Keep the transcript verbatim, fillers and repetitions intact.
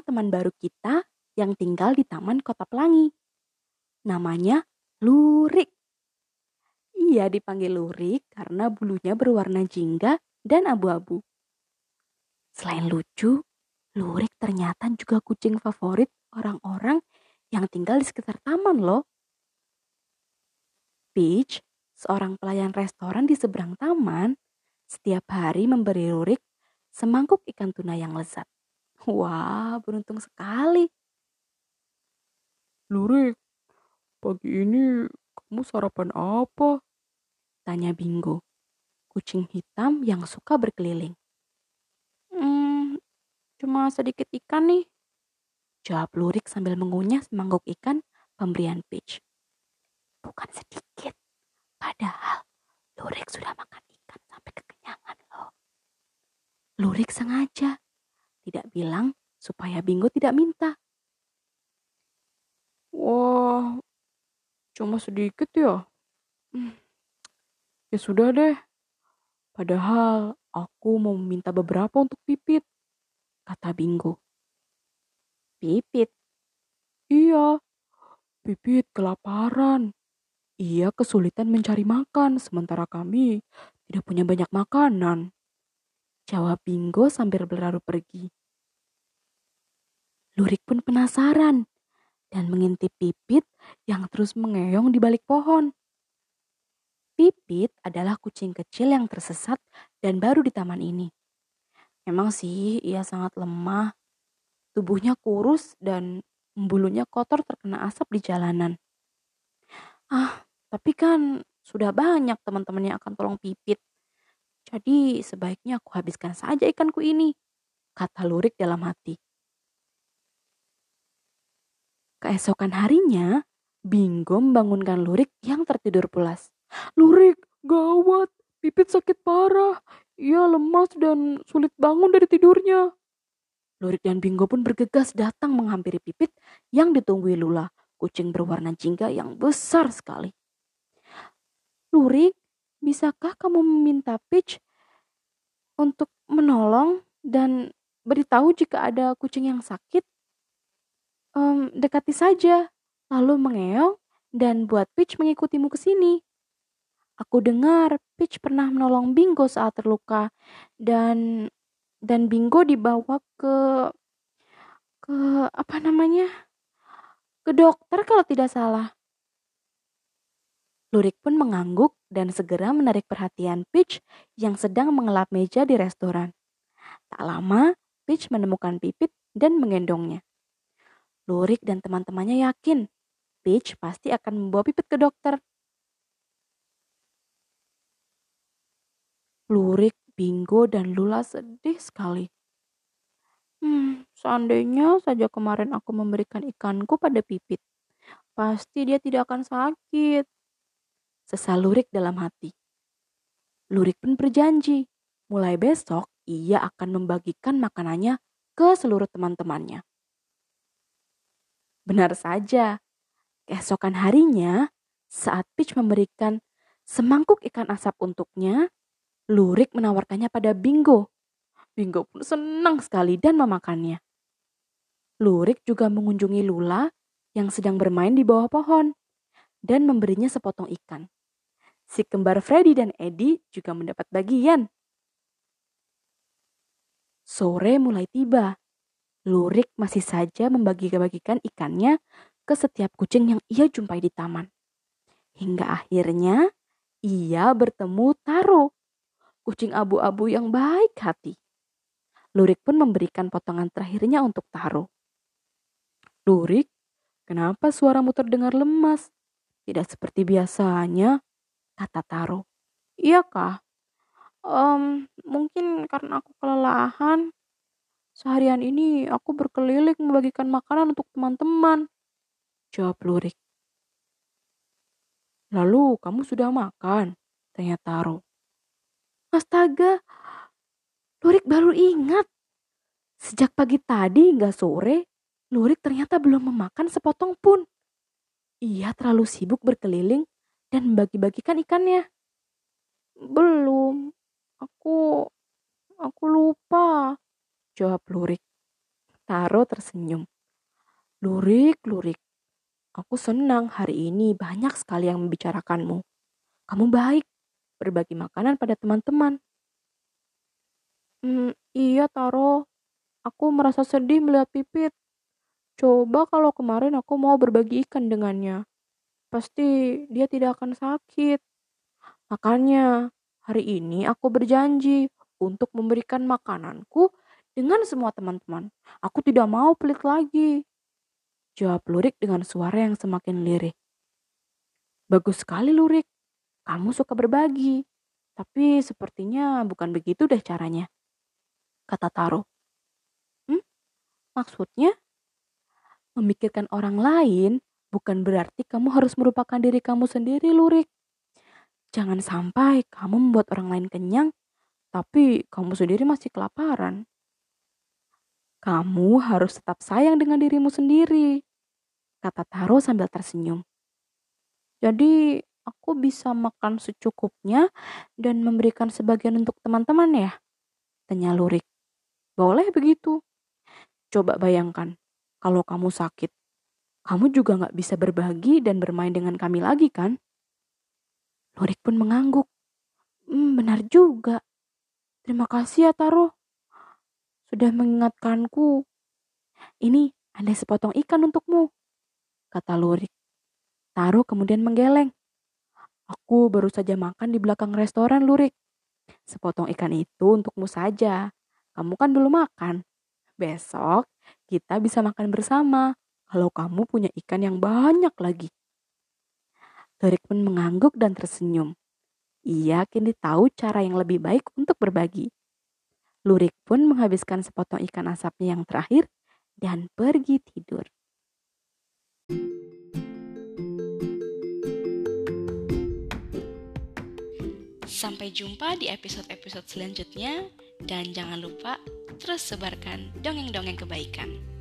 teman baru kita yang tinggal di Taman Kota Pelangi. Namanya Lurik. Ia dipanggil Lurik karena bulunya berwarna jingga dan abu-abu. Selain lucu, Lurik ternyata juga kucing favorit orang-orang yang tinggal di sekitar taman loh. Peach, seorang pelayan restoran di seberang taman, setiap hari memberi Lurik semangkuk ikan tuna yang lezat. Wah, beruntung sekali. Lurik, pagi ini kamu sarapan apa? Tanya Bingo, kucing hitam yang suka berkeliling. Hmm, cuma sedikit ikan nih. Jawab Lurik sambil mengunyah semangkuk ikan pemberian Peach. Bukan sedikit, padahal Lurik sudah makan ikan sampai kekenyangan loh. Lurik sengaja tidak bilang supaya Bingo tidak minta. Wah, cuma sedikit ya? Hmm, ya sudah deh. Padahal aku mau meminta beberapa untuk Pipit, Kata Bingo. Pipit, iya, Pipit kelaparan. Ia kesulitan mencari makan sementara kami tidak punya banyak makanan. jawab Bingo sambil berlalu pergi. Lurik pun penasaran dan mengintip Pipit yang terus mengeong di balik pohon. Pipit adalah kucing kecil yang tersesat dan baru di taman ini. Memang sih ia sangat lemah, tubuhnya kurus dan bulunya kotor terkena asap di jalanan. Ah, tapi kan sudah banyak teman-teman yang akan tolong Pipit. Jadi sebaiknya aku habiskan saja ikanku ini, kata Lurik dalam hati. Keesokan harinya, Bingo membangunkan Lurik yang tertidur pulas. Lurik, gawat, Pipit sakit parah. Ia lemas dan sulit bangun dari tidurnya. Lurik dan Bingo pun bergegas datang menghampiri Pipit yang ditunggui Lula, kucing berwarna jingga yang besar sekali. Lurik, bisakah kamu meminta Peach untuk menolong dan beritahu jika ada kucing yang sakit? Em, dekati saja, lalu mengeong dan buat Peach mengikutimu ke sini. Aku dengar Peach pernah menolong Bingo saat terluka dan dan Bingo dibawa ke ke apa namanya? Ke dokter kalau tidak salah. Lurik pun mengangguk dan segera menarik perhatian Peach yang sedang mengelap meja di restoran. Tak lama, Peach menemukan Pipit dan menggendongnya. Lurik dan teman-temannya yakin Peach pasti akan membawa Pipit ke dokter. Lurik, Bingo, dan Lula sedih sekali. Hmm, seandainya saja kemarin aku memberikan ikanku pada Pipit, pasti dia tidak akan sakit. Sesal Lurik dalam hati. Lurik pun berjanji, mulai besok ia akan membagikan makanannya ke seluruh teman-temannya. Benar saja, keesokan harinya saat Peach memberikan semangkuk ikan asap untuknya, Lurik menawarkannya pada Bingo. Bingo pun senang sekali dan memakannya. Lurik juga mengunjungi Lula yang sedang bermain di bawah pohon dan memberinya sepotong ikan. Si kembar Freddy dan Eddie juga mendapat bagian. Sore mulai tiba. Lurik masih saja membagi-bagikan ikannya ke setiap kucing yang ia jumpai di taman. Hingga akhirnya ia bertemu Taro, kucing abu-abu yang baik hati. Lurik pun memberikan potongan terakhirnya untuk Taro. Lurik, kenapa suaramu terdengar lemas? Tidak seperti biasanya, kata Taro. Iya kah? Um, mungkin karena aku kelelahan. Seharian ini aku berkeliling membagikan makanan untuk teman-teman, jawab Lurik. Lalu kamu sudah makan? Tanya Taro. Astaga, Lurik baru ingat. Sejak pagi tadi hingga sore, Lurik ternyata belum memakan sepotong pun. Ia terlalu sibuk berkeliling dan membagi-bagikan ikannya. Belum, aku, aku lupa, jawab Lurik. Taro tersenyum. Lurik, Lurik, aku senang hari ini banyak sekali yang membicarakanmu. Kamu baik, berbagi makanan pada teman-teman. Hmm, iya Taro, aku merasa sedih melihat Pipit. Coba kalau kemarin aku mau berbagi ikan dengannya. Pasti dia tidak akan sakit. Makanya, hari ini aku berjanji untuk memberikan makananku dengan semua teman-teman. Aku tidak mau pelit lagi. Jawab Lurik dengan suara yang semakin lirih. Bagus sekali Lurik, Kamu suka berbagi. Tapi sepertinya bukan begitu deh caranya. Kata Taro. Hmm? Maksudnya? Memikirkan orang lain bukan berarti kamu harus merupakan diri kamu sendiri, Lurik. Jangan sampai kamu membuat orang lain kenyang, tapi kamu sendiri masih kelaparan. Kamu harus tetap sayang dengan dirimu sendiri, kata Taro sambil tersenyum. Jadi aku bisa makan secukupnya dan memberikan sebagian untuk teman-teman ya? Tanya Lurik. Boleh begitu. Coba bayangkan, kalau kamu sakit, kamu juga gak bisa berbagi dan bermain dengan kami lagi kan? Lurik pun mengangguk. Hmm, benar juga. Terima kasih ya Taro. Sudah mengingatkanku. Ini ada sepotong ikan untukmu, kata Lurik. Taro kemudian menggeleng. Aku baru saja makan di belakang restoran, Lurik. Sepotong ikan itu untukmu saja. Kamu kan dulu makan. Besok kita bisa makan bersama kalau kamu punya ikan yang banyak lagi. Lurik pun mengangguk dan tersenyum. Ia kini tahu cara yang lebih baik untuk berbagi. Lurik pun menghabiskan sepotong ikan asapnya yang terakhir dan pergi tidur. Sampai jumpa di episode-episode selanjutnya dan jangan lupa terus sebarkan dongeng-dongeng kebaikan.